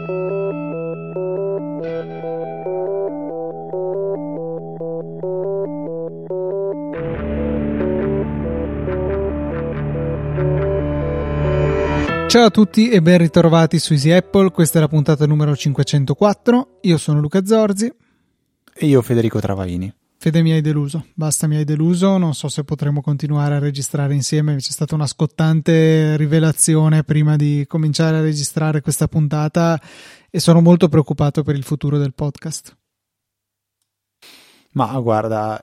Ciao a tutti e ben ritrovati su Easy Apple, questa è la puntata numero 504, io sono Luca Zorzi. E io Federico Travaini. Fede, mi hai deluso, basta, mi hai deluso, non so se potremo continuare a registrare insieme, c'è stata una scottante rivelazione prima di cominciare a registrare questa puntata e sono molto preoccupato per il futuro del podcast. Ma guarda,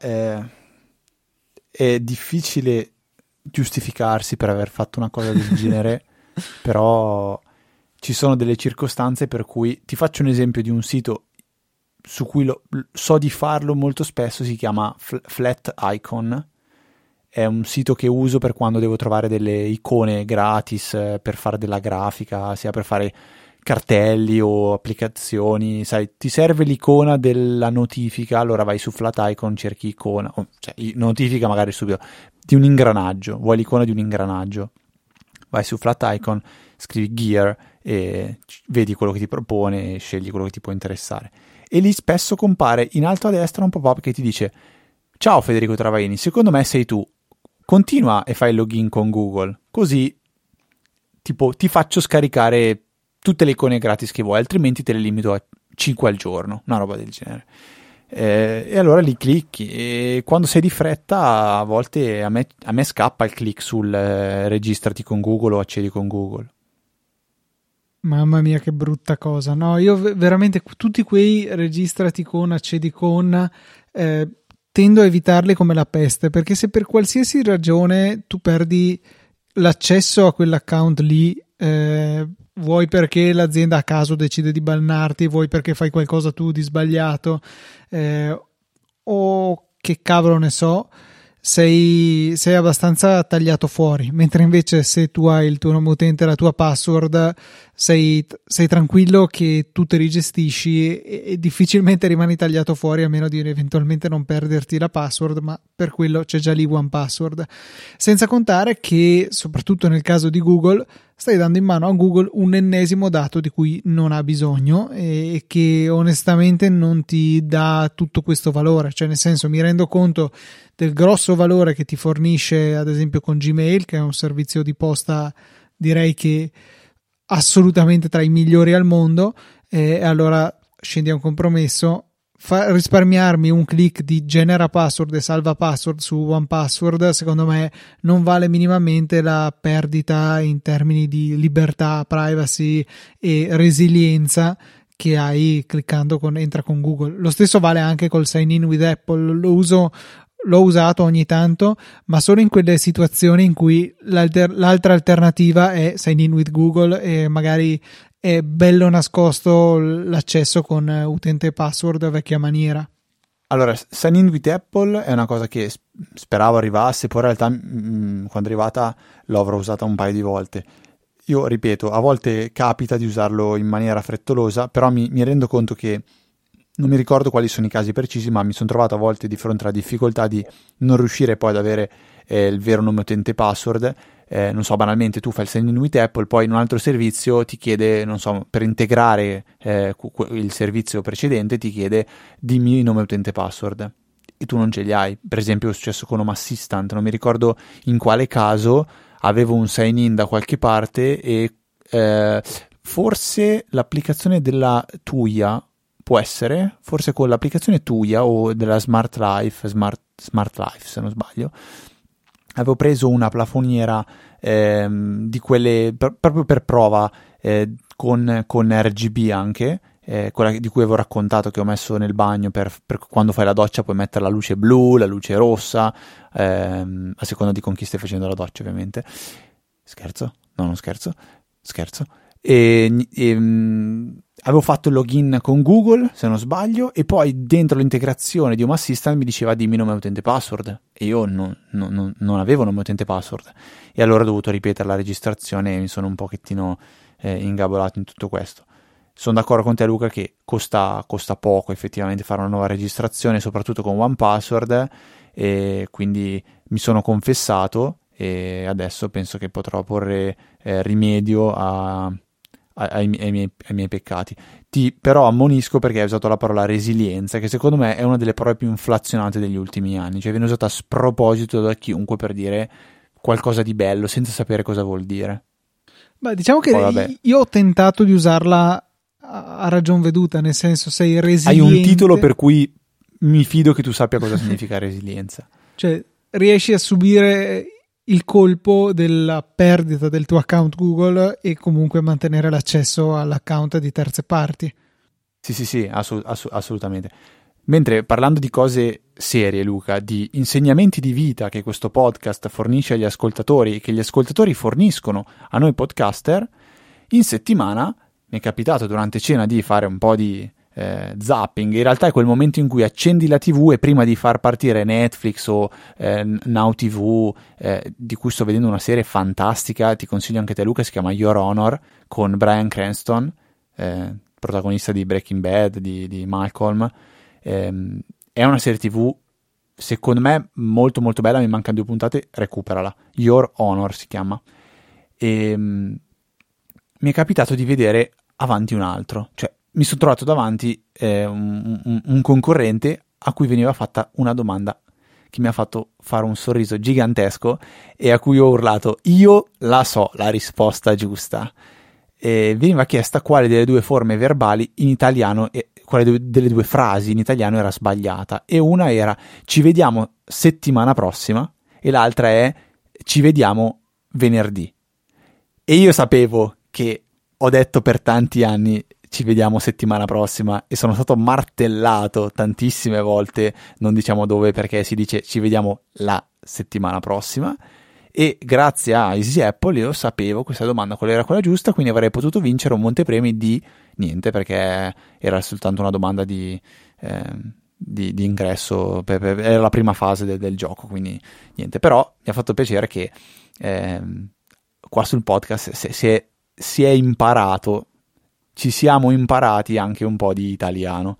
è difficile giustificarsi per aver fatto una cosa del genere, però ci sono delle circostanze per cui ti faccio un esempio di un sito su cui so di farlo molto spesso, si chiama Flat Icon. È un sito che uso per quando devo trovare delle icone gratis per fare della grafica, sia per fare cartelli o applicazioni. Sai, ti serve l'icona della notifica, allora vai su Flat Icon, cerchi icona, cioè notifica magari subito, di un ingranaggio, vuoi l'icona di un ingranaggio, vai su Flat Icon, scrivi Gear e vedi quello che ti propone e scegli quello che ti può interessare. E lì spesso compare in alto a destra un pop-up che ti dice: ciao Federico Travaini, secondo me sei tu, continua e fai il login con Google, così tipo ti faccio scaricare tutte le icone gratis che vuoi, altrimenti te le limito a 5 al giorno, una roba del genere. E allora li clicchi e quando sei di fretta a volte a me scappa il click sul registrati con Google o accedi con Google. Mamma mia, che brutta cosa. No, io veramente tutti quei registrati con, accedi con, tendo a evitarli come la peste, perché se per qualsiasi ragione tu perdi l'accesso a quell'account lì, vuoi perché l'azienda a caso decide di bannarti, vuoi perché fai qualcosa tu di sbagliato, o che cavolo ne so, sei abbastanza tagliato fuori, mentre invece se tu hai il tuo nome utente e la tua password sei tranquillo che tu te li gestisci e difficilmente rimani tagliato fuori, a meno di eventualmente non perderti la password, ma per quello c'è già lì OnePassword. Senza contare che soprattutto nel caso di Google stai dando in mano a Google un ennesimo dato di cui non ha bisogno e che onestamente non ti dà tutto questo valore, cioè nel senso, mi rendo conto del grosso valore che ti fornisce ad esempio con Gmail, che è un servizio di posta direi che assolutamente tra i migliori al mondo, e allora scendi a un compromesso. Risparmiarmi un click di genera password e salva password su OnePassword secondo me non vale minimamente la perdita in termini di libertà, privacy e resilienza che hai cliccando con entra con Google. Lo stesso vale anche col sign in with Apple. L'ho usato ogni tanto, ma solo in quelle situazioni in cui l'altra alternativa è sign in with Google e magari è bello nascosto l'accesso con utente e password a vecchia maniera. Allora, sign in with Apple è una cosa che speravo arrivasse, poi in realtà quando è arrivata l'ho avrò usata un paio di volte. Io ripeto, a volte capita di usarlo in maniera frettolosa, però mi rendo conto che non mi ricordo quali sono i casi precisi, ma mi sono trovato a volte di fronte alla difficoltà di non riuscire poi ad avere il vero nome utente password. Non so, banalmente tu fai il sign in with Apple, poi in un altro servizio ti chiede, non so, per integrare il servizio precedente ti chiede dimmi il nome utente password e tu non ce li hai. Per esempio è successo con Home Assistant, non mi ricordo in quale caso, avevo un sign in da qualche parte e forse l'applicazione della Tuya, può essere, forse con l'applicazione Tuya o della Smart Life se non sbaglio, avevo preso una plafoniera di quelle proprio per prova con RGB anche, quella di cui avevo raccontato che ho messo nel bagno per quando fai la doccia puoi mettere la luce blu, la luce rossa, a seconda di con chi stai facendo la doccia ovviamente. Scherzo? No, non scherzo. Avevo fatto il login con Google se non sbaglio e poi dentro l'integrazione di Home Assistant mi diceva dimmi nome utente password e io non avevo nome utente password e allora ho dovuto ripetere la registrazione e mi sono un pochettino ingabolato in tutto questo. Sono d'accordo con te Luca che costa poco effettivamente fare una nuova registrazione, soprattutto con OnePassword, e quindi mi sono confessato e adesso penso che potrò porre rimedio a ai miei peccati. Ti però ammonisco perché hai usato la parola resilienza, che secondo me è una delle parole più inflazionate degli ultimi anni, cioè viene usata a sproposito da chiunque per dire qualcosa di bello senza sapere cosa vuol dire. Beh, diciamo che io ho tentato di usarla a ragion veduta, nel senso sei resiliente. Hai un titolo per cui mi fido che tu sappia cosa significa resilienza. Cioè, riesci a subire il colpo della perdita del tuo account Google e comunque mantenere l'accesso all'account di terze parti. Sì, assolutamente. Mentre parlando di cose serie, Luca, di insegnamenti di vita che questo podcast fornisce agli ascoltatori e che gli ascoltatori forniscono a noi podcaster, in settimana mi è capitato durante cena di fare un po' di zapping. In realtà è quel momento in cui accendi la TV e prima di far partire Netflix o Now TV, di cui sto vedendo una serie fantastica, ti consiglio anche te Luca, si chiama Your Honor, con Bryan Cranston, protagonista di Breaking Bad, di Malcolm. È una serie TV secondo me molto molto bella, mi mancano 2 puntate, recuperala. Your Honor si chiama. E mi è capitato di vedere avanti un altro, cioè mi sono trovato davanti un concorrente a cui veniva fatta una domanda che mi ha fatto fare un sorriso gigantesco e a cui ho urlato: io la so la risposta giusta. E veniva chiesta quale delle 2 forme verbali in italiano e quale delle 2 frasi in italiano era sbagliata, e una era ci vediamo settimana prossima e l'altra è ci vediamo venerdì. E io sapevo che ho detto per tanti anni ci vediamo settimana prossima e sono stato martellato tantissime volte, non diciamo dove, perché si dice ci vediamo la settimana prossima. E grazie a Easy Apple io sapevo questa domanda qual era quella giusta, quindi avrei potuto vincere un montepremi di niente, perché era soltanto una domanda di ingresso, era la prima fase del gioco, quindi niente. Però mi ha fatto piacere che qua sul podcast si è imparato, ci siamo imparati anche un po' di italiano.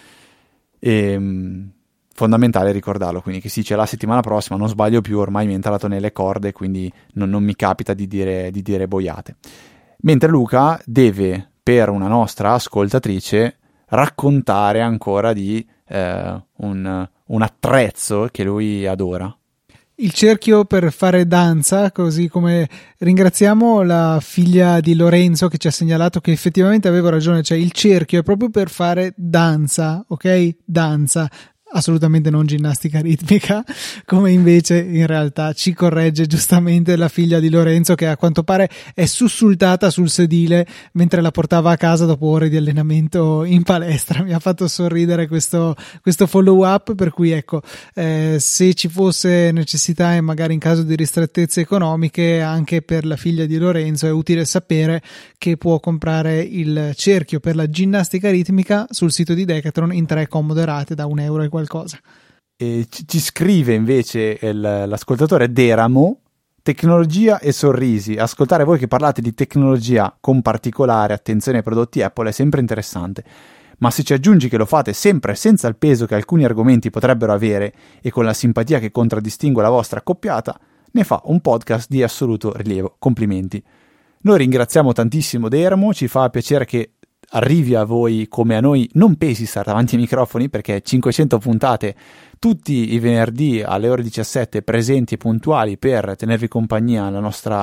Fondamentale ricordarlo, quindi che sì, c'è la settimana prossima, non sbaglio più, ormai mi è entrato nelle corde, quindi non mi capita di dire boiate. Mentre Luca deve, per una nostra ascoltatrice, raccontare ancora di un attrezzo che lui adora. Il cerchio per fare danza, così come ringraziamo la figlia di Lorenzo che ci ha segnalato che effettivamente avevo ragione, cioè il cerchio è proprio per fare danza, ok? Danza. Assolutamente non ginnastica ritmica, come invece in realtà ci corregge giustamente la figlia di Lorenzo, che a quanto pare è sussultata sul sedile mentre la portava a casa dopo ore di allenamento in palestra. Mi ha fatto sorridere questo follow up, per cui ecco, se ci fosse necessità e magari in caso di ristrettezze economiche anche per la figlia di Lorenzo è utile sapere che può comprare il cerchio per la ginnastica ritmica sul sito di Decathlon in 3 comode rate da €1 e qualcosa. E ci scrive invece l'ascoltatore Deramo: tecnologia e sorrisi. Ascoltare voi che parlate di tecnologia con particolare attenzione ai prodotti Apple è sempre interessante, ma se ci aggiungi che lo fate sempre senza il peso che alcuni argomenti potrebbero avere e con la simpatia che contraddistingue la vostra accoppiata, ne fa un podcast di assoluto rilievo. Complimenti. Noi ringraziamo tantissimo Deramo, ci fa piacere che arrivi a voi come a noi non pesi stare davanti ai microfoni, perché 500 puntate tutti i venerdì alle ore 17 presenti e puntuali per tenervi compagnia. La nostra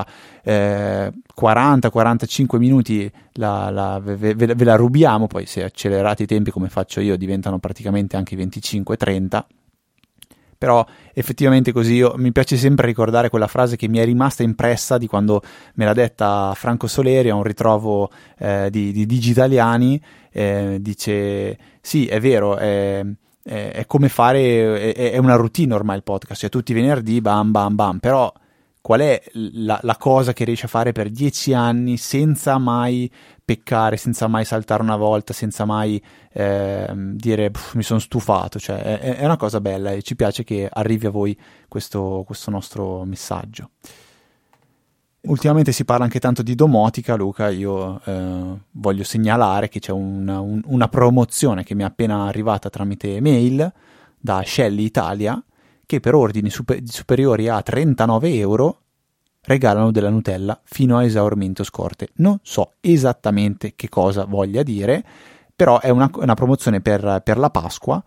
40-45 minuti ve la rubiamo, poi se accelerate i tempi come faccio io diventano praticamente anche 25-30. Però effettivamente così mi piace sempre ricordare quella frase che mi è rimasta impressa di quando me l'ha detta Franco Soleri a un ritrovo di Digitaliani. Dice sì, è vero, è come fare, è una routine ormai il podcast, cioè tutti i venerdì bam bam bam, però qual è la cosa che riesci a fare per 10 anni senza mai peccare, senza mai saltare una volta, senza mai dire mi sono stufato? Cioè è una cosa bella e ci piace che arrivi a voi questo nostro messaggio. Ultimamente si parla anche tanto di domotica, Luca. Io voglio segnalare che c'è una promozione che mi è appena arrivata tramite mail da Shelly Italia, che per ordini superiori a €39 regalano della Nutella fino a esaurimento scorte. Non so esattamente che cosa voglia dire, però è una promozione per la Pasqua,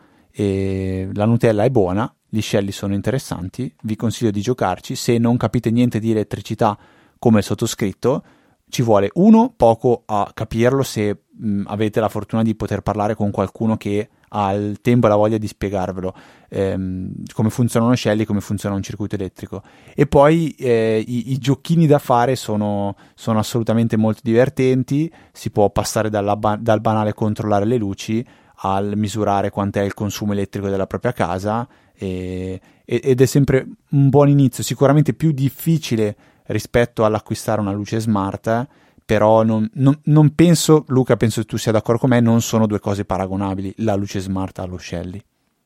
e la Nutella è buona, gli scelli sono interessanti, vi consiglio di giocarci. Se non capite niente di elettricità come il sottoscritto, ci vuole poco a capirlo, se avete la fortuna di poter parlare con qualcuno che ha il tempo e la voglia di spiegarvelo, come funzionano scelli, come funziona un circuito elettrico. E poi i giochini da fare sono assolutamente molto divertenti. Si può passare dal banale controllare le luci al misurare quant'è il consumo elettrico della propria casa, ed è sempre un buon inizio, sicuramente più difficile rispetto all'acquistare una luce smart, però non penso, Luca, penso che tu sia d'accordo con me, non sono due cose paragonabili, la luce smart allo Shelly.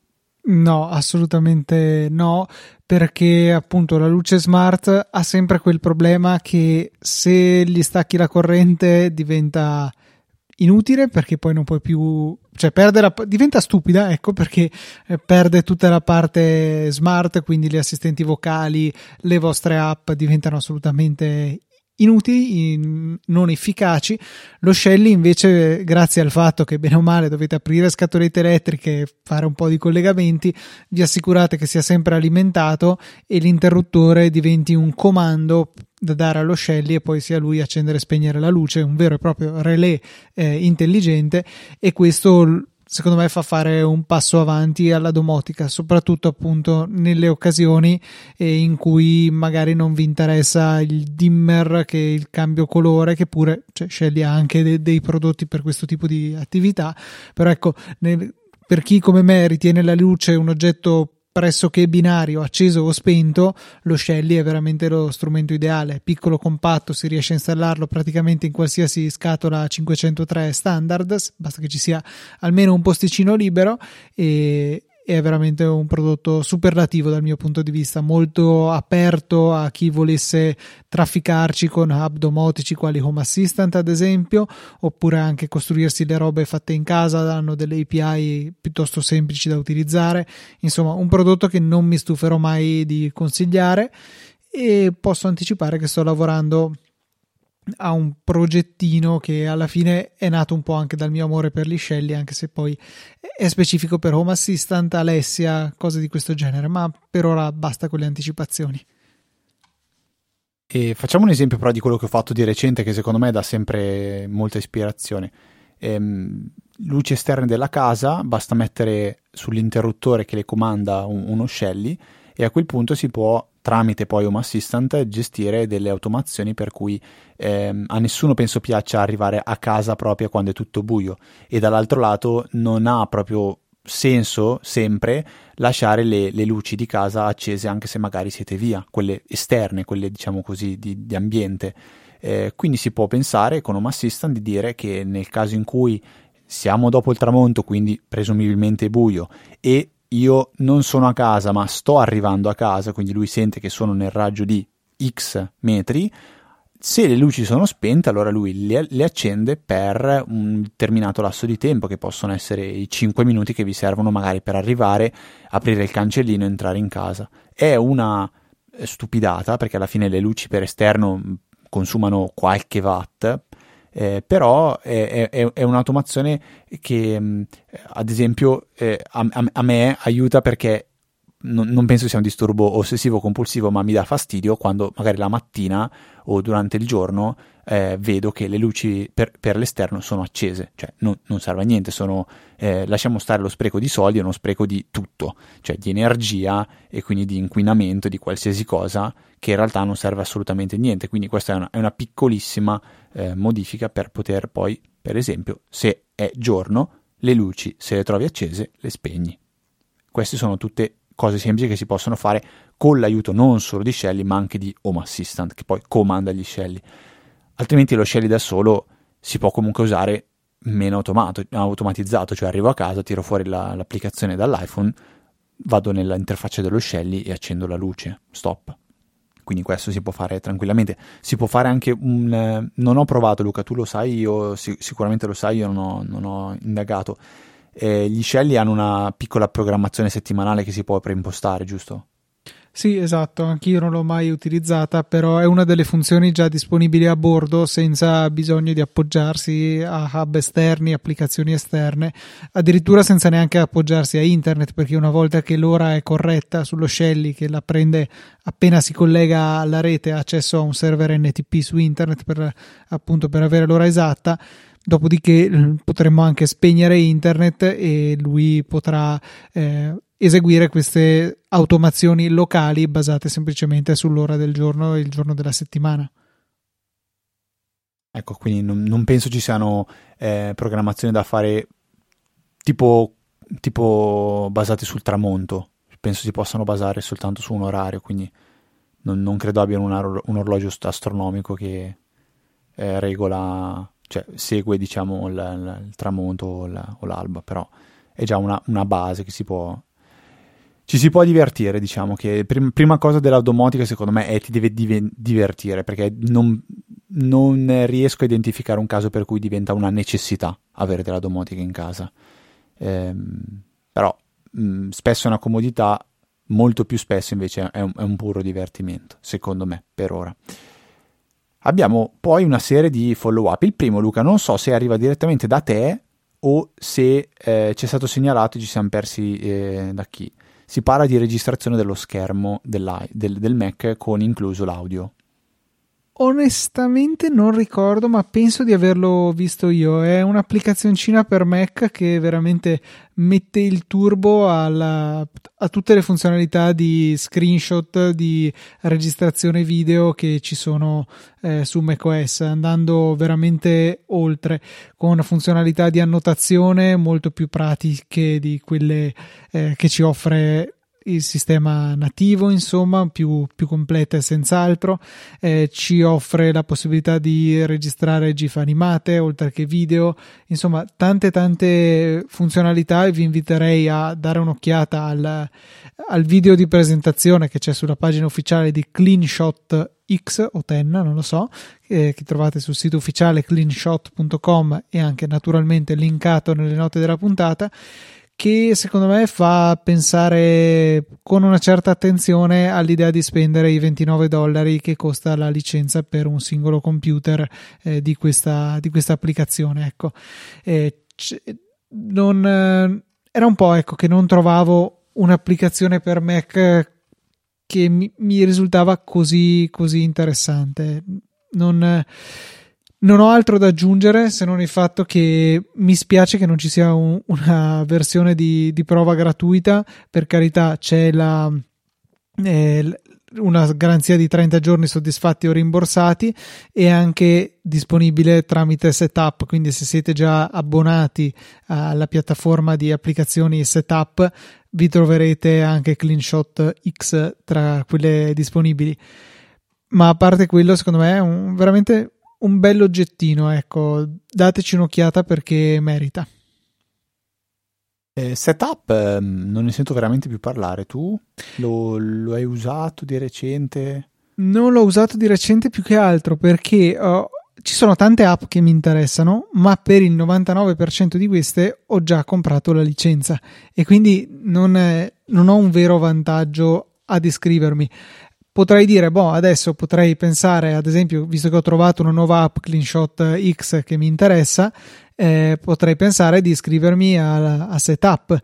No, assolutamente no, perché appunto la luce smart ha sempre quel problema che se gli stacchi la corrente diventa inutile, perché poi non puoi più, cioè diventa stupida, ecco, perché perde tutta la parte smart, quindi gli assistenti vocali, le vostre app diventano assolutamente inutili, non efficaci. Lo Shelly invece, grazie al fatto che bene o male dovete aprire scatolette elettriche e fare un po' di collegamenti, vi assicurate che sia sempre alimentato e l'interruttore diventi un comando da dare allo Shelly, e poi sia lui accendere e spegnere la luce, un vero e proprio relè intelligente. E questo secondo me fa fare un passo avanti alla domotica, soprattutto appunto nelle occasioni in cui magari non vi interessa il dimmer, che è il cambio colore, che pure Shelly ha anche dei prodotti per questo tipo di attività. Però ecco, per chi come me ritiene la luce un oggetto pressoché binario, acceso o spento, lo Shelly è veramente lo strumento ideale. Piccolo, compatto, si riesce a installarlo praticamente in qualsiasi scatola 503 standard, basta che ci sia almeno un posticino libero, e è veramente un prodotto superlativo dal mio punto di vista, molto aperto a chi volesse trafficarci con hub domotici quali Home Assistant ad esempio, oppure anche costruirsi le robe fatte in casa. Hanno delle API piuttosto semplici da utilizzare. Insomma, un prodotto che non mi stuferò mai di consigliare, e posso anticipare che sto lavorando a un progettino che alla fine è nato un po' anche dal mio amore per gli Shelly, anche se poi è specifico per Home Assistant, Alessia, cose di questo genere, ma per ora basta con le anticipazioni. E facciamo un esempio però di quello che ho fatto di recente, che secondo me dà sempre molta ispirazione. Luci esterne della casa, basta mettere sull'interruttore che le comanda uno Shelly, e a quel punto si può, tramite poi Home Assistant, gestire delle automazioni per cui a nessuno penso piaccia arrivare a casa propria quando è tutto buio, e dall'altro lato non ha proprio senso sempre lasciare le luci di casa accese anche se magari siete via, quelle esterne, quelle diciamo così di ambiente. Quindi si può pensare con Home Assistant di dire che nel caso in cui siamo dopo il tramonto, quindi presumibilmente buio, e io non sono a casa ma sto arrivando a casa, quindi lui sente che sono nel raggio di X metri, se le luci sono spente allora lui le accende per un determinato lasso di tempo, che possono essere i 5 minuti che vi servono magari per arrivare, aprire il cancellino e entrare in casa. È una stupidata, perché alla fine le luci per esterno consumano qualche watt, però è un'automazione che ad esempio a me aiuta, perché non penso sia un disturbo ossessivo compulsivo, ma mi dà fastidio quando magari la mattina o durante il giorno vedo che le luci per l'esterno sono accese, cioè non serve a niente, lasciamo stare lo spreco di soldi, è uno spreco di tutto, cioè di energia e quindi di inquinamento, di qualsiasi cosa che in realtà non serve assolutamente a niente. Quindi questa è una piccolissima modifica per poter poi, per esempio, se è giorno, le luci, se le trovi accese, le spegni. Queste sono tutte cose semplici che si possono fare con l'aiuto non solo di Shelly ma anche di Home Assistant, che poi comanda gli Shelly. Altrimenti lo Shelly da solo si può comunque usare meno automatizzato, cioè arrivo a casa, tiro fuori l'applicazione dall'iPhone, vado nell'interfaccia dello Shelly e accendo la luce, stop. Quindi questo si può fare tranquillamente. Si può fare anche non ho provato, Luca, tu lo sai, io sicuramente lo sai, io non ho indagato. Gli Shelly hanno una piccola programmazione settimanale che si può preimpostare, giusto? Sì, esatto, anch'io non l'ho mai utilizzata, però è una delle funzioni già disponibili a bordo senza bisogno di appoggiarsi a hub esterni, applicazioni esterne, addirittura senza neanche appoggiarsi a internet, perché una volta che l'ora è corretta sullo Shelly, che la prende appena si collega alla rete, ha accesso a un server NTP su internet per, appunto, per avere l'ora esatta. Dopodiché potremmo anche spegnere internet e lui potrà eseguire queste automazioni locali basate semplicemente sull'ora del giorno e il giorno della settimana. Ecco, quindi non penso ci siano programmazioni da fare tipo basate sul tramonto. Penso si possano basare soltanto su un orario, quindi non credo abbiano un orologio astronomico che regola, cioè segue diciamo il tramonto o l'alba, però è già una base che ci si può divertire, diciamo che prima cosa della domotica secondo me è ti deve divertire, perché non riesco a identificare un caso per cui diventa una necessità avere della domotica in casa. Però spesso è una comodità, molto più spesso invece è un puro divertimento, secondo me, per ora. Abbiamo poi una serie di follow-up. Il primo, Luca, non so se arriva direttamente da te o se ci è stato segnalato e ci siamo persi da chi. Si parla di registrazione dello schermo del Mac con incluso l'audio. Onestamente non ricordo, ma penso di averlo visto io. È un'applicazioncina per Mac che veramente mette il turbo a tutte le funzionalità di screenshot, di registrazione video che ci sono su macOS, andando veramente oltre, con funzionalità di annotazione molto più pratiche di quelle che ci offre il sistema nativo, insomma, più complete senz'altro. Ci offre la possibilità di registrare GIF animate oltre che video, insomma tante funzionalità, e vi inviterei a dare un'occhiata al video di presentazione che c'è sulla pagina ufficiale di CleanShot X o 10, non lo so, che trovate sul sito ufficiale cleanshot.com e anche naturalmente linkato nelle note della puntata, che secondo me fa pensare con una certa attenzione all'idea di spendere i $29 che costa la licenza per un singolo computer di questa applicazione. Ecco, era un po', ecco, che non trovavo un'applicazione per Mac che mi risultava così interessante. Non ho altro da aggiungere se non il fatto che mi spiace che non ci sia una versione di prova gratuita. Per carità, c'è una garanzia di 30 giorni soddisfatti o rimborsati, e anche disponibile tramite Setup, quindi se siete già abbonati alla piattaforma di applicazioni Setup vi troverete anche CleanShot X tra quelle disponibili. Ma a parte quello, secondo me è veramente un bel oggettino, ecco, dateci un'occhiata perché merita. Setup non ne sento veramente più parlare. Tu lo hai usato di recente? Non l'ho usato di recente più che altro perché ci sono tante app che mi interessano, ma per il 99% di queste ho già comprato la licenza e quindi non ho un vero vantaggio ad iscrivermi. Potrei dire, adesso potrei pensare, ad esempio, visto che ho trovato una nuova app, CleanShot X, che mi interessa, potrei pensare di iscrivermi a Setup.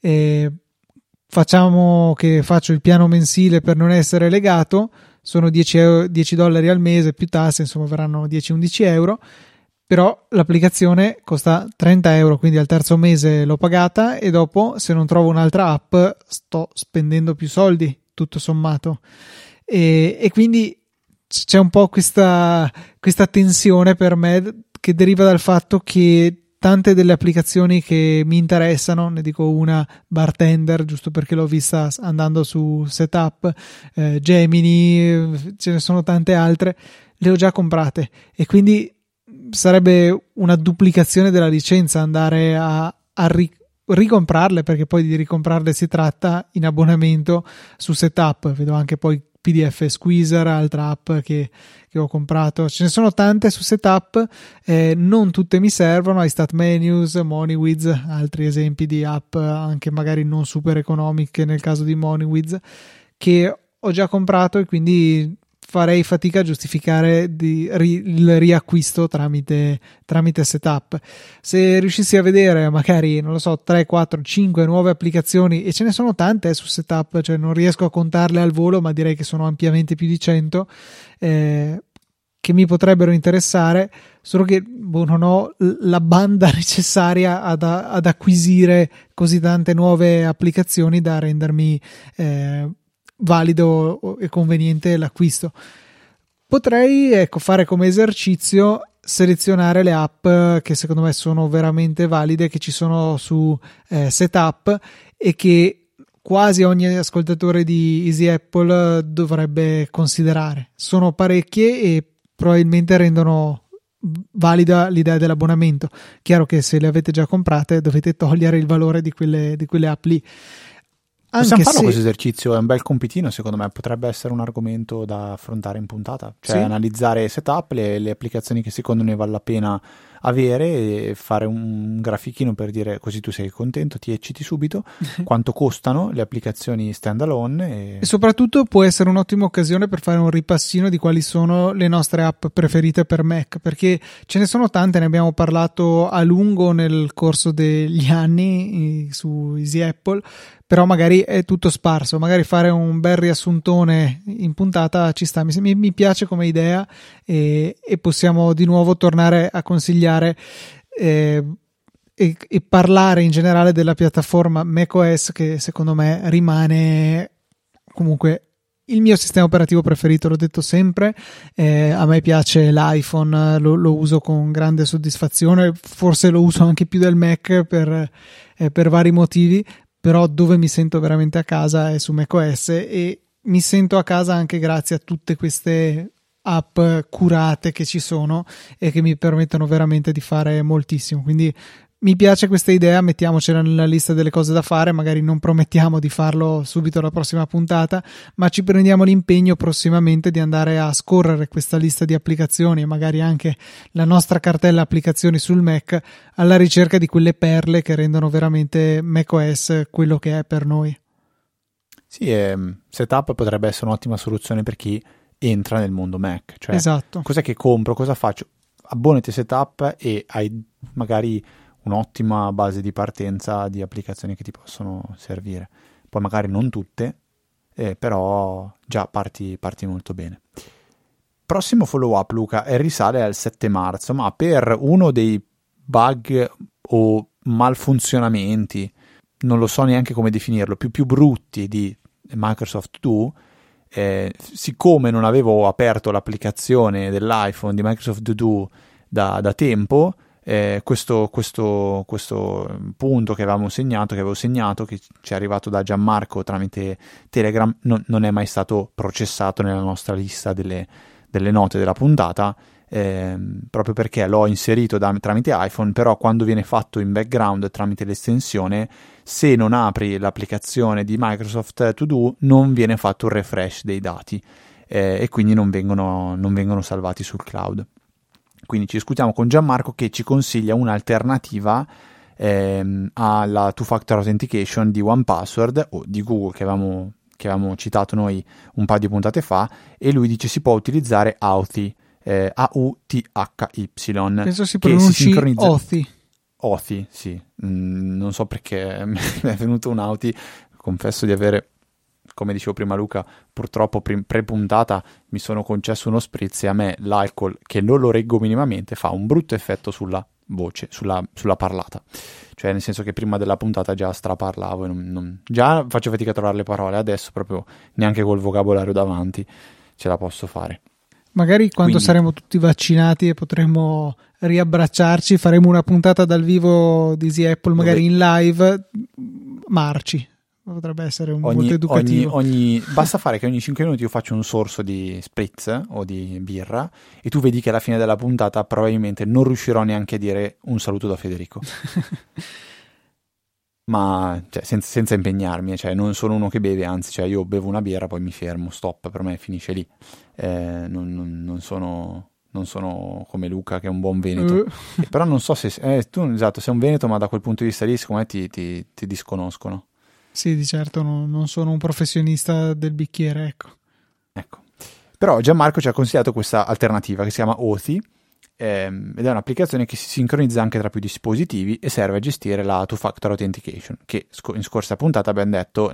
Facciamo che faccio il piano mensile per non essere legato, sono $10 al mese più tasse, insomma verranno 10-11 euro, però l'applicazione costa €30, quindi al terzo mese l'ho pagata e dopo, se non trovo un'altra app, sto spendendo più soldi, tutto sommato. E quindi c'è un po' questa tensione per me che deriva dal fatto che tante delle applicazioni che mi interessano, ne dico una, Bartender, giusto perché l'ho vista andando su Setup, Gemini, ce ne sono tante altre, le ho già comprate e quindi sarebbe una duplicazione della licenza andare a ricomprarle, perché poi di ricomprarle si tratta in abbonamento su Setup. Vedo anche poi PDF Squeezer, altra app che ho comprato. Ce ne sono tante su Setup, non tutte mi servono. iStatMenus, MoneyWiz, altri esempi di app anche magari non super economiche nel caso di MoneyWiz, che ho già comprato e quindi farei fatica a giustificare il riacquisto tramite setup. Se riuscissi a vedere magari, non lo so, 3, 4, 5 nuove applicazioni, e ce ne sono tante su setup, cioè non riesco a contarle al volo, ma direi che sono ampiamente più di 100, che mi potrebbero interessare, solo che non ho la banda necessaria ad acquisire così tante nuove applicazioni da rendermi valido e conveniente l'acquisto. Potrei, ecco, fare come esercizio selezionare le app che secondo me sono veramente valide, che ci sono su Setup e che quasi ogni ascoltatore di Easy Apple dovrebbe considerare. Sono parecchie e probabilmente rendono valida l'idea dell'abbonamento. Chiaro che se le avete già comprate dovete togliere il valore di quelle app lì. Possiamo farlo questo esercizio, è un bel compitino, secondo me potrebbe essere un argomento da affrontare in puntata, cioè analizzare setup, le applicazioni che secondo noi vale la pena avere e fare un grafichino per dire, così tu sei contento, ti ecciti subito, quanto costano le applicazioni standalone e soprattutto può essere un'ottima occasione per fare un ripassino di quali sono le nostre app preferite per Mac, perché ce ne sono tante, ne abbiamo parlato a lungo nel corso degli anni su Easy Apple, però magari è tutto sparso, magari fare un bel riassuntone in puntata ci sta, mi piace come idea e possiamo di nuovo tornare a consigliare e parlare in generale della piattaforma macOS, che secondo me rimane comunque il mio sistema operativo preferito, l'ho detto sempre. A me piace l'iPhone, lo uso con grande soddisfazione, forse lo uso anche più del Mac per vari motivi, però dove mi sento veramente a casa è su macOS e mi sento a casa anche grazie a tutte queste app curate che ci sono e che mi permettono veramente di fare moltissimo. Quindi mi piace questa idea, mettiamocela nella lista delle cose da fare, magari non promettiamo di farlo subito alla prossima puntata, ma ci prendiamo l'impegno prossimamente di andare a scorrere questa lista di applicazioni e magari anche la nostra cartella applicazioni sul Mac alla ricerca di quelle perle che rendono veramente macOS quello che è per noi. Sì, Setup potrebbe essere un'ottima soluzione per chi entra nel mondo Mac, cioè esatto. Cos'è che compro, cosa faccio? Abbonati a Setup e hai magari un'ottima base di partenza di applicazioni che ti possono servire. Poi magari non tutte, però già parti molto bene. Prossimo follow up, Luca, risale al 7 marzo, ma per uno dei bug o malfunzionamenti, non lo so neanche come definirlo, più brutti di Microsoft To Do, siccome non avevo aperto l'applicazione dell'iPhone di Microsoft To Do da tempo, questo punto che avevo segnato, che ci è arrivato da Gianmarco tramite Telegram, non è mai stato processato nella nostra lista delle note della puntata, proprio perché l'ho inserito tramite iPhone, però quando viene fatto in background tramite l'estensione, se non apri l'applicazione di Microsoft To Do non viene fatto un refresh dei dati, e quindi non vengono salvati sul cloud. Quindi ci discutiamo con Gianmarco che ci consiglia un'alternativa alla two-factor authentication di OnePassword o di Google che avevamo citato noi un paio di puntate fa, e lui dice si può utilizzare Authy, AUTHY. Penso si pronunci Authy. Authy, sì. Non so perché mi è venuto un Authy, confesso di avere, come dicevo prima Luca, purtroppo pre-puntata mi sono concesso uno spritz e a me l'alcol, che non lo reggo minimamente, fa un brutto effetto sulla voce, sulla parlata. Cioè nel senso che prima della puntata già straparlavo e già faccio fatica a trovare le parole, adesso proprio neanche col vocabolario davanti ce la posso fare. Magari quando saremo tutti vaccinati e potremo riabbracciarci, faremo una puntata dal vivo di Easy Apple, magari in live, marci. Potrebbe essere molto educativo. Basta fare che ogni 5 minuti io faccio un sorso di spritz o di birra e tu vedi che alla fine della puntata probabilmente non riuscirò neanche a dire un saluto da Federico. Ma cioè, senza impegnarmi, cioè, non sono uno che beve, anzi, cioè, io bevo una birra poi mi fermo, stop, per me finisce lì. Non sono come Luca che è un buon veneto. Però non so se tu, esatto, sei un veneto, ma da quel punto di vista lì secondo me ti disconoscono. Sì, di certo non sono un professionista del bicchiere, ecco. Però Gianmarco ci ha consigliato questa alternativa che si chiama Authy, ed è un'applicazione che si sincronizza anche tra più dispositivi e serve a gestire la two-factor authentication, che in scorsa puntata abbiamo detto,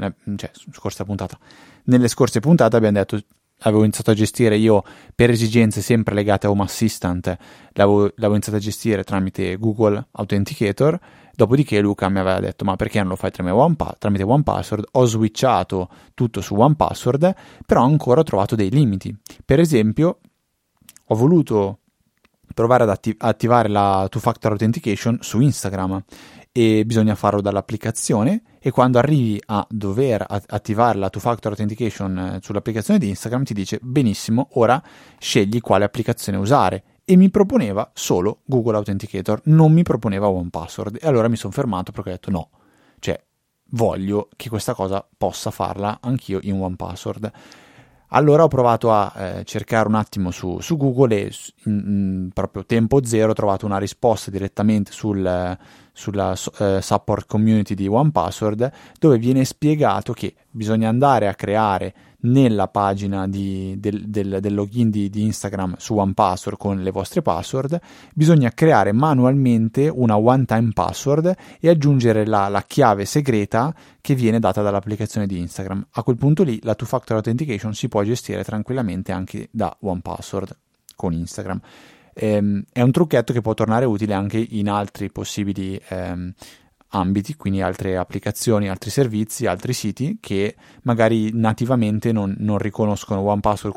nelle scorse puntate abbiamo detto, avevo iniziato a gestire io per esigenze sempre legate a Home Assistant, l'avevo iniziato a gestire tramite Google Authenticator. Dopodiché Luca mi aveva detto: ma perché non lo fai tramite OnePassword? Ho switchato tutto su OnePassword, però ancora ho trovato dei limiti. Per esempio, ho voluto provare ad attivare la two-factor authentication su Instagram, e bisogna farlo dall'applicazione, e quando arrivi a dover attivare la two-factor authentication sull'applicazione di Instagram ti dice: benissimo, ora scegli quale applicazione usare. E mi proponeva solo Google Authenticator, non mi proponeva OnePassword. E allora mi sono fermato perché ho detto no, cioè voglio che questa cosa possa farla anch'io in OnePassword. Allora ho provato a cercare un attimo su Google, e in proprio tempo zero ho trovato una risposta direttamente sulla support community di OnePassword, dove viene spiegato che bisogna andare a creare nella pagina del login di Instagram su OnePassword con le vostre password, bisogna creare manualmente una one-time password e aggiungere la chiave segreta che viene data dall'applicazione di Instagram. A quel punto lì la two-factor authentication si può gestire tranquillamente anche da OnePassword con Instagram. È un trucchetto che può tornare utile anche in altri possibili ambiti, quindi altre applicazioni, altri servizi, altri siti che magari nativamente non riconoscono OnePassword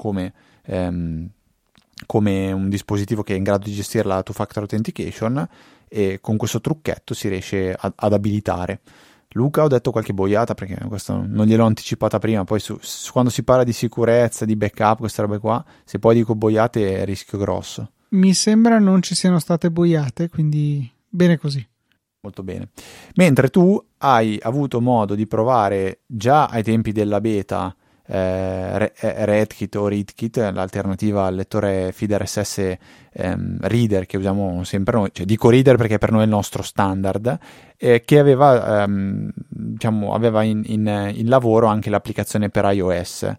come un dispositivo che è in grado di gestire la two-factor authentication, e con questo trucchetto si riesce ad abilitare. Luca, ho detto qualche boiata perché questo non gliel'ho anticipata prima, poi quando si parla di sicurezza, di backup, queste robe qua, se poi dico boiate è rischio grosso. Mi sembra non ci siano state boiate, quindi bene così. Molto bene. Mentre tu hai avuto modo di provare già ai tempi della beta RedKit o ReadKit, l'alternativa al lettore feed RSS reader che usiamo sempre noi, cioè dico reader perché per noi è il nostro standard, che aveva in lavoro anche l'applicazione per iOS.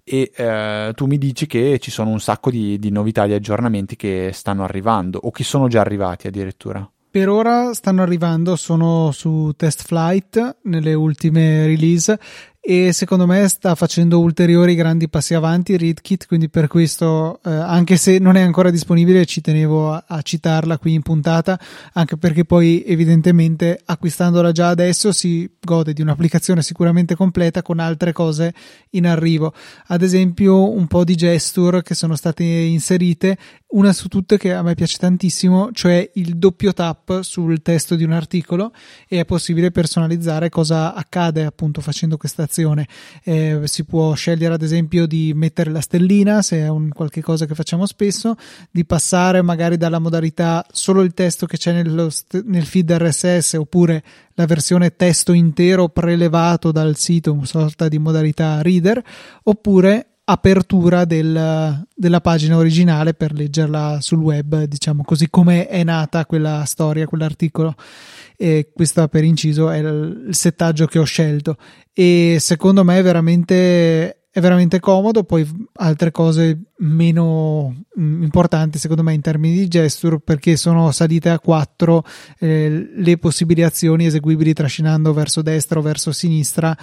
E tu mi dici che ci sono un sacco di novità, di aggiornamenti che stanno arrivando o che sono già arrivati addirittura. Per ora stanno arrivando, sono su test flight nelle ultime release, e secondo me sta facendo ulteriori grandi passi avanti ReadKit, quindi per questo anche se non è ancora disponibile ci tenevo a citarla qui in puntata, anche perché poi evidentemente acquistandola già adesso si gode di un'applicazione sicuramente completa con altre cose in arrivo, ad esempio un po' di gesture che sono state inserite, una su tutte che a me piace tantissimo, cioè il doppio tap sul testo di un articolo, e è possibile personalizzare cosa accade appunto facendo questa azione. Si può scegliere ad esempio di mettere la stellina se è un qualche cosa che facciamo spesso, di passare magari dalla modalità solo il testo che c'è nel feed RSS, oppure la versione testo intero prelevato dal sito, una sorta di modalità reader, oppure apertura della pagina originale per leggerla sul web, diciamo così come è nata quella storia, quell'articolo. E questo per inciso è il settaggio che ho scelto, e secondo me è veramente comodo. Poi altre cose meno importanti secondo me in termini di gesture, perché sono salite a 4 le possibili azioni eseguibili trascinando verso destra o verso sinistra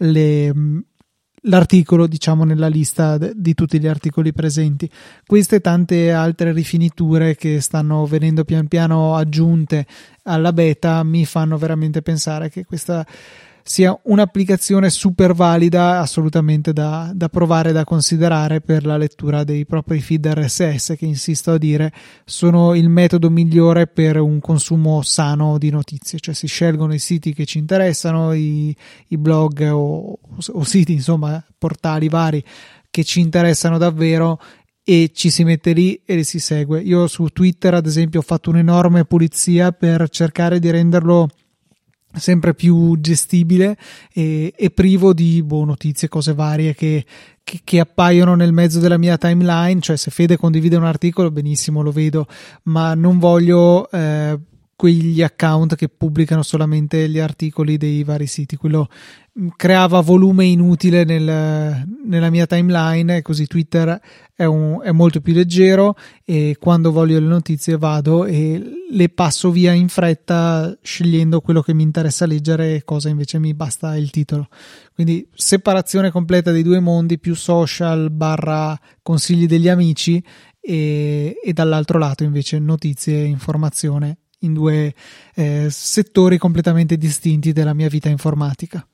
l'articolo, diciamo, nella lista di tutti gli articoli presenti. Queste e tante altre rifiniture che stanno venendo pian piano aggiunte alla beta mi fanno veramente pensare che questa sia un'applicazione super valida, assolutamente da provare, da considerare per la lettura dei propri feed RSS, che insisto a dire sono il metodo migliore per un consumo sano di notizie, cioè si scelgono i siti che ci interessano, i blog o siti, insomma portali vari che ci interessano davvero, e ci si mette lì e li si segue. Io su Twitter ad esempio ho fatto un'enorme pulizia per cercare di renderlo sempre più gestibile e privo di notizie, cose varie che appaiono nel mezzo della mia timeline. Cioè se Fede condivide un articolo benissimo, lo vedo, ma non voglio quegli account che pubblicano solamente gli articoli dei vari siti. Quello creava volume inutile nella mia timeline, e così Twitter è molto più leggero, e quando voglio le notizie vado e le passo via in fretta, scegliendo quello che mi interessa leggere e cosa invece mi basta il titolo. Quindi separazione completa dei due mondi, più social / consigli degli amici, e dall'altro lato invece notizie e informazione, in due settori completamente distinti della mia vita informatica.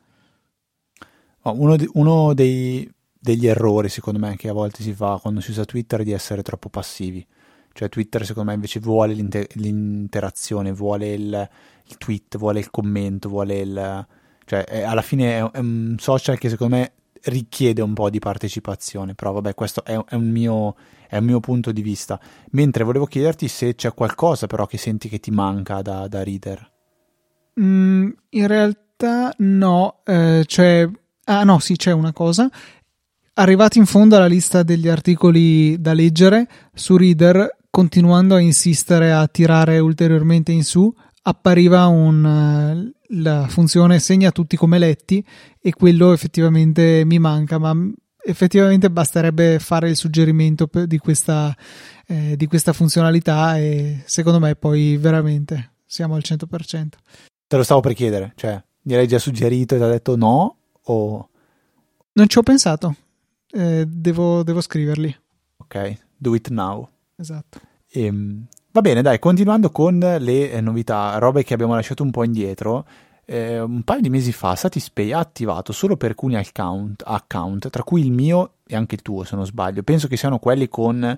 Uno degli errori, secondo me, che a volte si fa quando si usa Twitter, è di essere troppo passivi. Cioè Twitter, secondo me, invece vuole l'interazione, vuole il tweet, vuole il commento, cioè alla fine è un social che secondo me richiede un po' di partecipazione. Però vabbè, questo è un mio punto di vista. Mentre volevo chiederti se c'è qualcosa però che senti che ti manca da reader. In realtà no, no, sì, c'è una cosa. Arrivati in fondo alla lista degli articoli da leggere su Reader, continuando a insistere a tirare ulteriormente in su, appariva la funzione segna tutti come letti, e quello effettivamente mi manca, ma effettivamente basterebbe fare il suggerimento di questa funzionalità, e secondo me poi veramente siamo al 100%. Te lo stavo per chiedere, cioè gliel'hai già suggerito e ti ha detto no, o... Non ci ho pensato, devo scriverli. Ok, do it now. Esatto. Va bene, dai, continuando con le novità, robe che abbiamo lasciato un po' indietro. Un paio di mesi fa Satispay ha attivato solo per alcuni account, tra cui il mio e anche il tuo, se non sbaglio. Penso che siano quelli con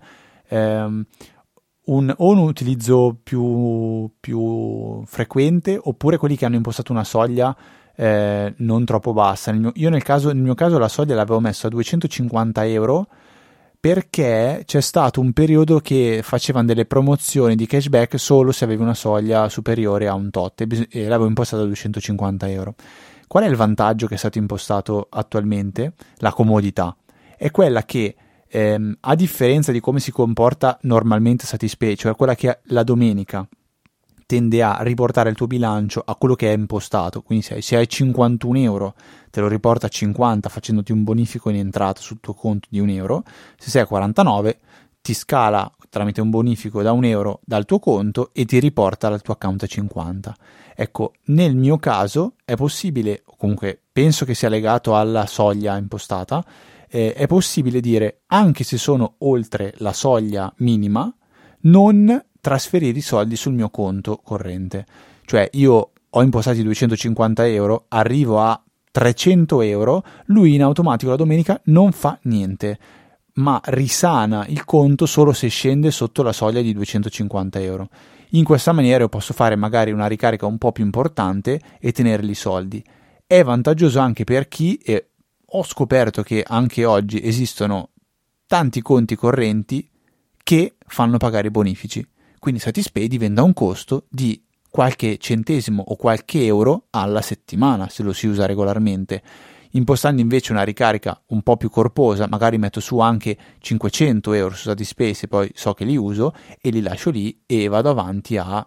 un utilizzo più frequente, oppure quelli che hanno impostato una soglia non troppo bassa. Nel mio caso la soglia l'avevo messa a 250 euro, perché c'è stato un periodo che facevano delle promozioni di cashback solo se avevi una soglia superiore a un tot, e l'avevo impostata a 250 euro. Qual è il vantaggio che è stato impostato attualmente? La comodità. È quella che, a differenza di come si comporta normalmente Satispay, cioè quella che la domenica tende a riportare il tuo bilancio a quello che è impostato, quindi se hai 51 euro te lo riporta a 50 facendoti un bonifico in entrata sul tuo conto di 1 euro, se sei a 49 ti scala tramite un bonifico da 1 euro dal tuo conto e ti riporta al tuo account a 50. Ecco, nel mio caso è possibile, o comunque penso che sia legato alla soglia impostata, è possibile dire, anche se sono oltre la soglia minima, non trasferire i soldi sul mio conto corrente. Cioè io ho impostati 250 euro, arrivo a 300 euro, lui in automatico la domenica non fa niente, ma risana il conto solo se scende sotto la soglia di 250 euro. In questa maniera io posso fare magari una ricarica un po' più importante e tenerli i soldi. È vantaggioso anche per chi, e ho scoperto che anche oggi esistono tanti conti correnti che fanno pagare i bonifici. Quindi Satispay diventa un costo di qualche centesimo o qualche euro alla settimana, se lo si usa regolarmente. Impostando invece una ricarica un po' più corposa, magari metto su anche 500 euro su Satispay, se poi so che li uso, e li lascio lì e vado avanti a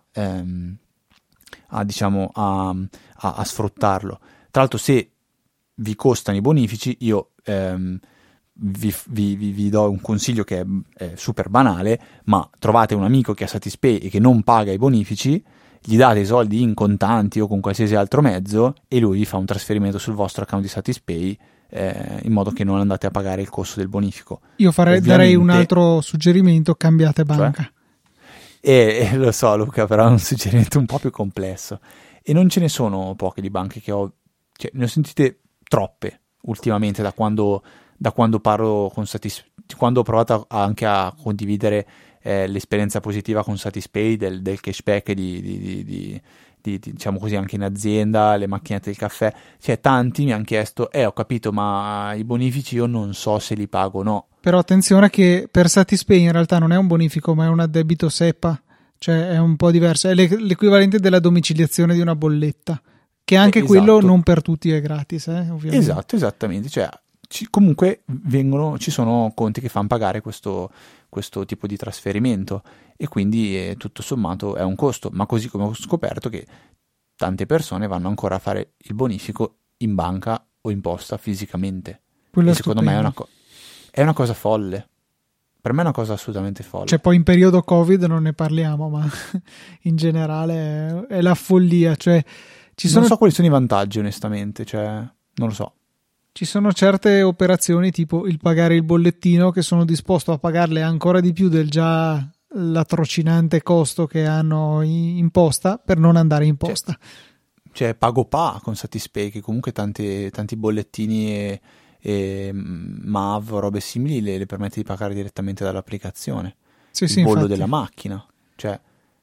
sfruttarlo. Tra l'altro, se vi costano i bonifici, io vi do un consiglio che è super banale, ma trovate un amico che ha Satispay e che non paga i bonifici, gli date i soldi in contanti o con qualsiasi altro mezzo e lui vi fa un trasferimento sul vostro account di Satispay, in modo che non andate a pagare il costo del bonifico. Io darei un altro suggerimento: cambiate banca. Cioè? Lo so, Luca, però è un suggerimento un po' più complesso, e non ce ne sono poche di banche che cioè, ne ho sentite troppe ultimamente da quando parlo con Satispay, quando ho provato anche a condividere l'esperienza positiva con Satispay del cashback di diciamo così, anche in azienda, le macchinette del caffè. Cioè, tanti mi hanno chiesto ho capito, ma i bonifici io non so se li pago o no. Però attenzione che per Satispay in realtà non è un bonifico, ma è un addebito SEPA, cioè è un po' diverso, è l'equivalente della domiciliazione di una bolletta, che anche quello non per tutti è gratis, ovviamente. Esatto, esattamente, cioè comunque ci sono conti che fanno pagare questo questo tipo di trasferimento, e quindi tutto sommato è un costo, ma così come ho scoperto che tante persone vanno ancora a fare il bonifico in banca o in posta fisicamente. Quello E è secondo me stupendo. è una cosa folle. Per me è una cosa assolutamente folle. Cioè, poi in periodo Covid non ne parliamo, ma in generale è la follia. Cioè, Non so quali sono i vantaggi, onestamente, cioè, non lo so. ci sono certe operazioni, tipo il pagare il bollettino, che sono disposto a pagarle ancora di più del già latrocinante costo che hanno in posta per non andare in posta. Cioè PagoPA con Satispay, che comunque tanti bollettini e MAV o robe simili le permette di pagare direttamente dall'applicazione. Sì, Il sì, bollo infatti. della macchina. Cioè,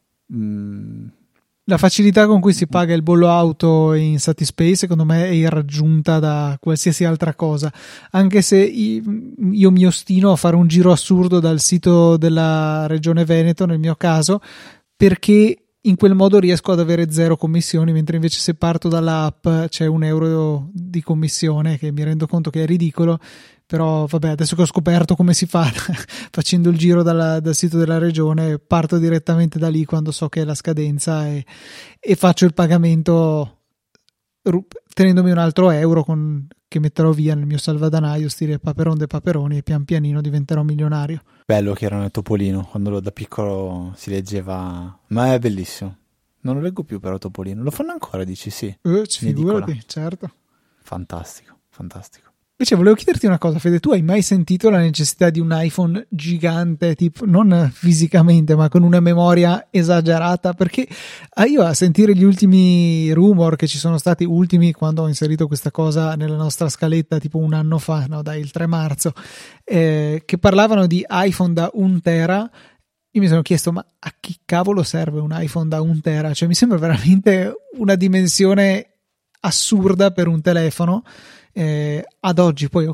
La facilità con cui si paga il bollo auto in Satispay secondo me è irraggiunta da qualsiasi altra cosa, anche se io mi ostino a fare un giro assurdo dal sito della Regione Veneto nel mio caso, perché in quel modo riesco ad avere zero commissioni, mentre invece se parto dall'app c'è €1 di commissione, che mi rendo conto che è ridicolo. Però vabbè, adesso che ho scoperto come si fa facendo il giro dal sito della regione, parto direttamente da lì quando so che è la scadenza e faccio il pagamento tenendomi un altro euro che metterò via nel mio salvadanaio, stile Paperon de Paperoni, e pian pianino diventerò milionario. bello che era nel Topolino, quando da piccolo si leggeva, ma è bellissimo. Non lo leggo più però Topolino, lo fanno ancora, dici sì, in edicola. Figurati, certo. Fantastico, fantastico. Invece volevo chiederti una cosa, Fede, tu hai mai sentito la necessità di un iPhone gigante, tipo non fisicamente, ma con una memoria esagerata? Perché io a sentire gli ultimi rumor che ci sono stati, ultimi quando ho inserito questa cosa nella nostra scaletta tipo un anno fa, no, dai, il 3 marzo, che parlavano di iPhone da 1 tera, io mi sono chiesto, ma a chi cavolo serve un iPhone da 1 tera? Cioè mi sembra veramente una dimensione assurda per un telefono. Ad oggi poi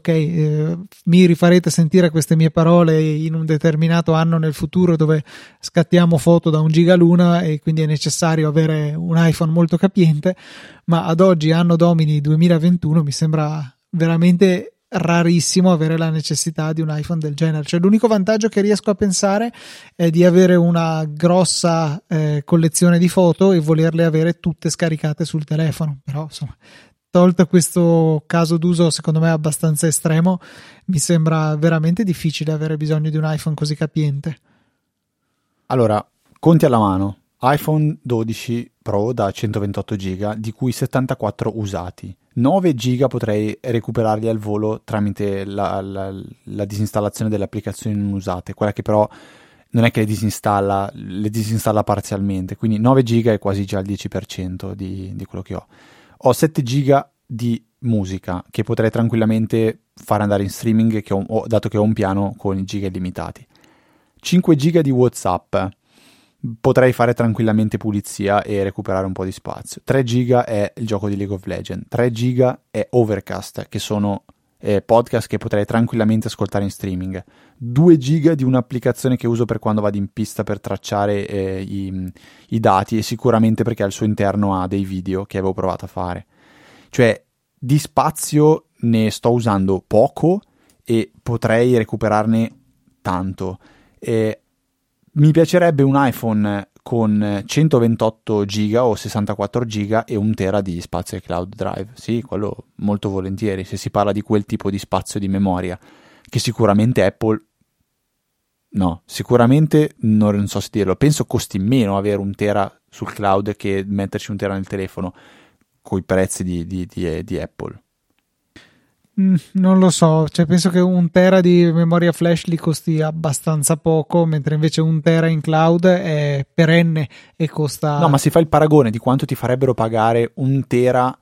mi rifarete sentire queste mie parole in un determinato anno nel futuro dove scattiamo foto da 1 giga l'una e quindi è necessario avere un iPhone molto capiente, ma ad oggi, anno domini 2021, mi sembra veramente rarissimo avere la necessità di un iPhone del genere. Cioè l'unico vantaggio che riesco a pensare è di avere una grossa collezione di foto e volerle avere tutte scaricate sul telefono, però insomma, tolto questo caso d'uso secondo me abbastanza estremo, mi sembra veramente difficile avere bisogno di un iPhone così capiente. Allora, conti alla mano, iPhone 12 Pro da 128 giga, di cui 74 usati. 9 giga potrei recuperarli al volo tramite la disinstallazione delle applicazioni non usate, quella che però non è che le disinstalla parzialmente, quindi 9 giga è quasi già il 10% di quello che ho. Ho 7 giga di musica che potrei tranquillamente fare andare in streaming, dato che ho un piano con i giga illimitati. 5 giga di WhatsApp, potrei fare tranquillamente pulizia e recuperare un po' di spazio. 3 giga è il gioco di League of Legends. 3 giga è Overcast, che sono podcast che potrei tranquillamente ascoltare in streaming. 2 giga di un'applicazione che uso per quando vado in pista per tracciare i dati, e sicuramente perché al suo interno ha dei video che avevo provato a fare. Cioè, di spazio ne sto usando poco e potrei recuperarne tanto. Mi piacerebbe un iPhone con 128 giga o 64 giga e 1 tera di spazio ai cloud drive. Sì, quello molto volentieri, se si parla di quel tipo di spazio di memoria, che sicuramente Apple... No, sicuramente non so se dirlo. Penso costi meno avere 1 tera sul cloud che metterci 1 tera nel telefono coi prezzi di Apple. Non lo so, cioè penso che 1 tera di memoria flash li costi abbastanza poco, mentre invece 1 tera in cloud è perenne e costa... No, ma si fa il paragone di quanto ti farebbero pagare 1 tera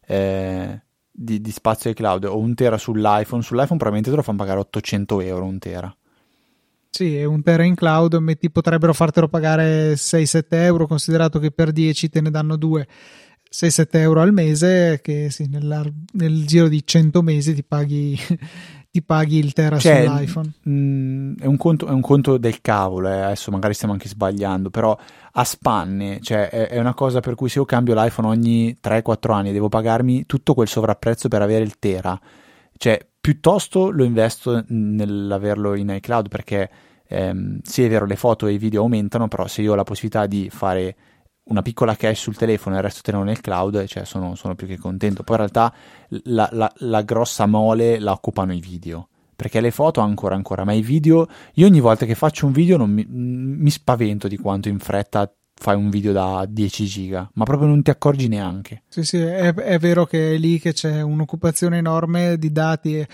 di spazio ai cloud o 1 tera sull'iPhone. Sull'iPhone probabilmente te lo fanno pagare 800 euro 1 tera. Sì, e 1 tera in cloud potrebbero fartelo pagare 6-7 euro, considerato che per 10 te ne danno 2. 6-7 euro al mese, che sì, nel giro di 100 mesi ti paghi il tera sull'iPhone. È un conto del cavolo, adesso magari stiamo anche sbagliando, però a spanne, cioè è una cosa per cui se io cambio l'iPhone ogni 3-4 anni devo pagarmi tutto quel sovrapprezzo per avere il tera, cioè piuttosto lo investo nell'averlo in iCloud, perché sì, è vero, le foto e i video aumentano, però se io ho la possibilità di fare una piccola cache sul telefono e il resto tenerlo nel cloud, cioè sono più che contento. Poi in realtà la grossa mole la occupano i video, perché le foto ancora, ma i video, io ogni volta che faccio un video non mi spavento di quanto in fretta fai un video da 10 giga, ma proprio non ti accorgi neanche. Sì, è vero che è lì che c'è un'occupazione enorme di dati,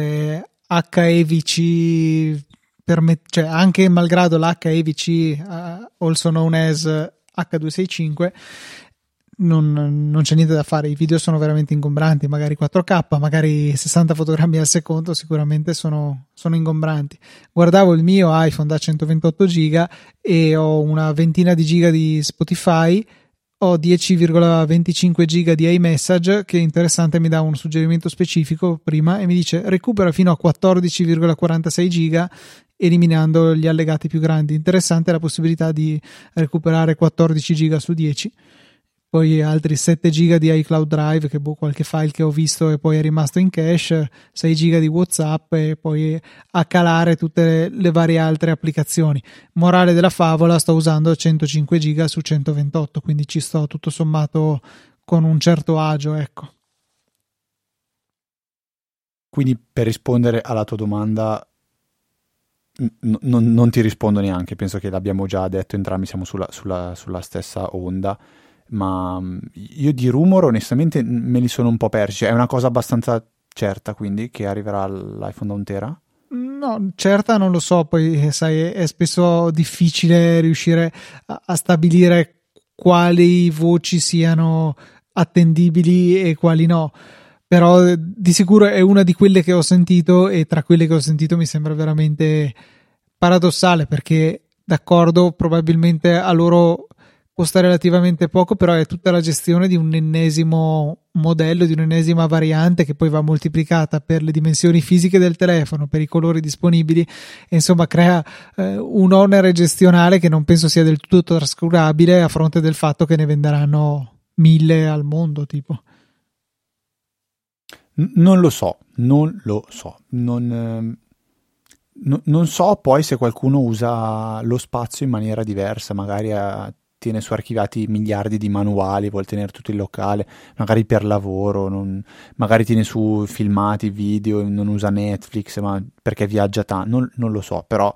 HEVC, cioè anche malgrado l'HEVC, also known as H265, non c'è niente da fare. I video sono veramente ingombranti, magari 4K, magari 60 fotogrammi al secondo, sicuramente sono ingombranti. Guardavo il mio iPhone da 128 giga e ho una ventina di giga di Spotify, ho 10,25 giga di iMessage, che è interessante, mi dà un suggerimento specifico prima e mi dice recupera fino a 14,46 giga eliminando gli allegati più grandi. Interessante la possibilità di recuperare 14 giga su 10. Poi altri 7 giga di iCloud Drive, che qualche file che ho visto e poi è rimasto in cache, 6 giga di WhatsApp e poi a calare tutte le varie altre applicazioni. Morale della favola, sto usando 105 giga su 128, quindi ci sto tutto sommato con un certo agio, ecco. Quindi per rispondere alla tua domanda non ti rispondo neanche, penso che l'abbiamo già detto, entrambi siamo sulla stessa onda, ma io di rumor onestamente me li sono un po' persi. Cioè, è una cosa abbastanza certa quindi che arriverà l'iPhone da 1 tera? No, certa non lo so, poi sai è spesso difficile riuscire a stabilire quali voci siano attendibili e quali no, però di sicuro è una di quelle che ho sentito, e tra quelle che ho sentito mi sembra veramente paradossale, perché d'accordo, probabilmente a loro costa relativamente poco, però è tutta la gestione di un ennesimo modello, di un'ennesima variante che poi va moltiplicata per le dimensioni fisiche del telefono, per i colori disponibili, e insomma crea un onere gestionale che non penso sia del tutto trascurabile a fronte del fatto che ne venderanno 1000 al mondo, tipo. Non lo so. Non so poi se qualcuno usa lo spazio in maniera diversa, magari tiene su archiviati miliardi di manuali, vuol tenere tutto in locale, magari per lavoro, magari tiene su filmati, video, non usa Netflix, ma perché viaggia tanto, non lo so, però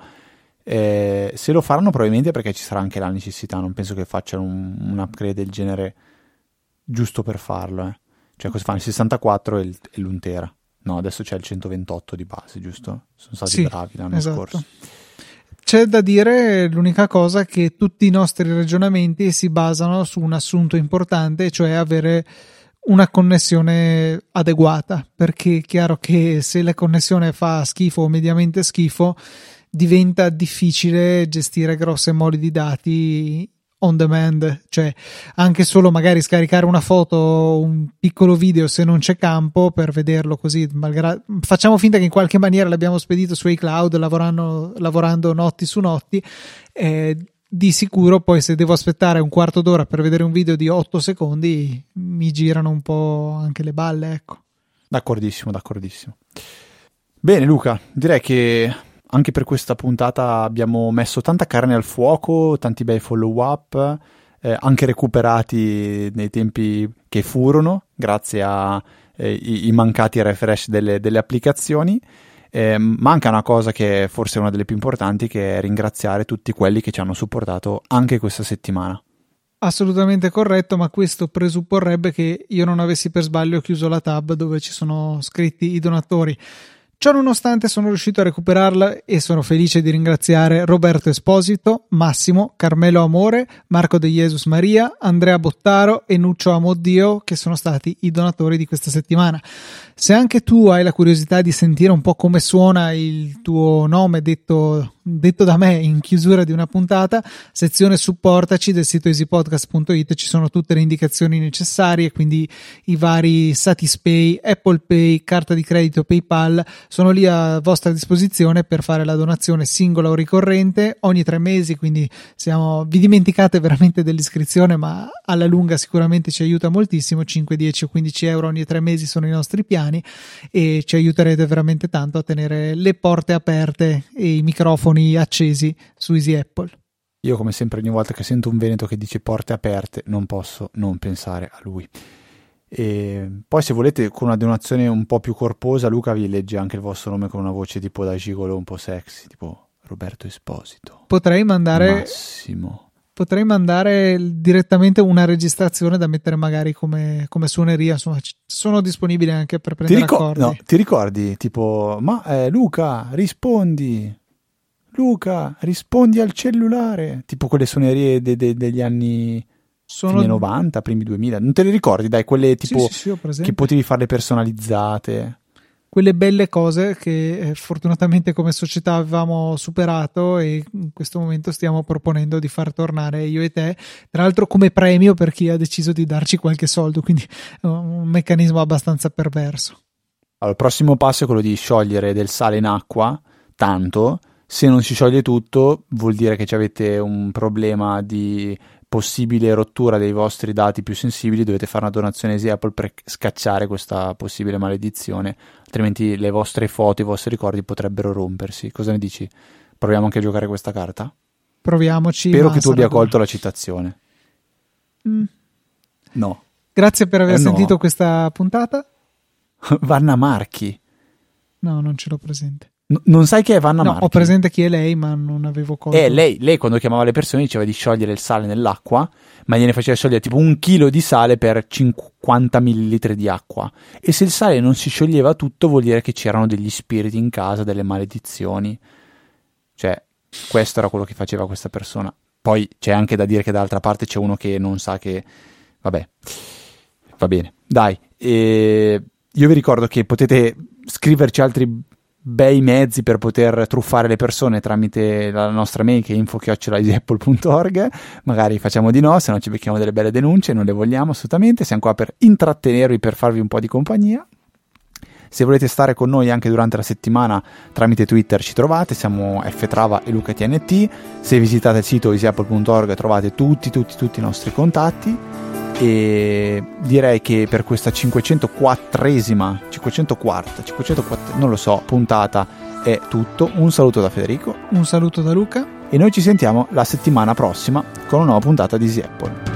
se lo faranno probabilmente perché ci sarà anche la necessità, non penso che facciano un upgrade del genere giusto per farlo, Cioè cosa fanno? Il 64 e l'1 tera. No, adesso c'è il 128 di base, giusto? Sono stati bravi l'anno scorso. C'è da dire l'unica cosa, che tutti i nostri ragionamenti si basano su un assunto importante, cioè avere una connessione adeguata, perché è chiaro che se la connessione fa schifo o mediamente schifo diventa difficile gestire grosse mole di dati on demand, cioè anche solo magari scaricare una foto, un piccolo video, se non c'è campo per vederlo così, facciamo finta che in qualche maniera l'abbiamo spedito su iCloud lavorando notti su notti, di sicuro poi se devo aspettare un quarto d'ora per vedere un video di 8 secondi mi girano un po' anche le balle, ecco. D'accordissimo. Bene Luca, direi che anche per questa puntata abbiamo messo tanta carne al fuoco, tanti bei follow up, anche recuperati nei tempi che furono, grazie ai mancati refresh delle applicazioni. Manca una cosa che forse è una delle più importanti, che è ringraziare tutti quelli che ci hanno supportato anche questa settimana. Assolutamente corretto, ma questo presupporrebbe che io non avessi per sbaglio chiuso la tab dove ci sono scritti i donatori. Ciò nonostante sono riuscito a recuperarla e sono felice di ringraziare Roberto Esposito, Massimo, Carmelo Amore, Marco De Jesus Maria, Andrea Bottaro e Nuccio Amoddio, che sono stati i donatori di questa settimana. Se anche tu hai la curiosità di sentire un po' come suona il tuo nome detto da me in chiusura di una puntata, sezione supportaci del sito easypodcast.it, ci sono tutte le indicazioni necessarie, quindi i vari Satispay, Apple Pay, carta di credito, PayPal sono lì a vostra disposizione per fare la donazione singola o ricorrente ogni 3 mesi, quindi vi dimenticate veramente dell'iscrizione, ma alla lunga sicuramente ci aiuta moltissimo. 5, 10 o 15 euro ogni 3 mesi sono i nostri piani e ci aiuterete veramente tanto a tenere le porte aperte e i microfoni microfoni accesi su Easy Apple. Io, come sempre, ogni volta che sento un veneto che dice porte aperte, non posso non pensare a lui. E poi, se volete, con una donazione un po' più corposa, Luca vi legge anche il vostro nome con una voce tipo da gigolo un po' sexy, tipo Roberto Esposito. Potrei mandare direttamente una registrazione da mettere magari come suoneria. Insomma, sono disponibili anche per prendere accordi. No, ti ricordi? Tipo, Luca, rispondi al cellulare. Tipo quelle suonerie degli anni fine 90, primi 2000. Non te le ricordi? Dai, quelle tipo sì, ho presente. Che potevi farle personalizzate. Quelle belle cose che fortunatamente come società avevamo superato e in questo momento stiamo proponendo di far tornare io e te, tra l'altro come premio per chi ha deciso di darci qualche soldo, quindi un meccanismo abbastanza perverso. Allora, il prossimo passo è quello di sciogliere del sale in acqua, tanto. Se non si scioglie tutto, vuol dire che avete un problema di possibile rottura dei vostri dati più sensibili, dovete fare una donazione Easy Apple per scacciare questa possibile maledizione, altrimenti le vostre foto, i vostri ricordi potrebbero rompersi. Cosa ne dici? Proviamo anche a giocare questa carta? Proviamoci. Spero che tu abbia colto la citazione. No. Grazie per aver sentito questa puntata. Vanna Marchi. No, non ce l'ho presente. Non sai chi è Vanna Marchi? No, ho presente chi è lei, ma non avevo colto. Lei quando chiamava le persone diceva di sciogliere il sale nell'acqua, ma gliene faceva sciogliere tipo 1 chilo di sale per 50 millilitri di acqua. E se il sale non si scioglieva tutto, vuol dire che c'erano degli spiriti in casa, delle maledizioni. Cioè, questo era quello che faceva questa persona. Poi c'è anche da dire che dall'altra parte c'è uno che non sa che... Vabbè, va bene. Dai, io vi ricordo che potete scriverci altri bei mezzi per poter truffare le persone tramite la nostra mail che è info@easyapple.org. Magari facciamo di no, se no ci becchiamo delle belle denunce, non le vogliamo assolutamente, siamo qua per intrattenervi, per farvi un po' di compagnia. Se volete stare con noi anche durante la settimana, tramite Twitter ci trovate, siamo Ftrava e LucaTNT. Se visitate il sito easyapple.org trovate tutti i nostri contatti. E direi che per questa 504esima non lo so, puntata è tutto. Un saluto da Federico, un saluto da Luca e noi ci sentiamo la settimana prossima con una nuova puntata di Easy Apple.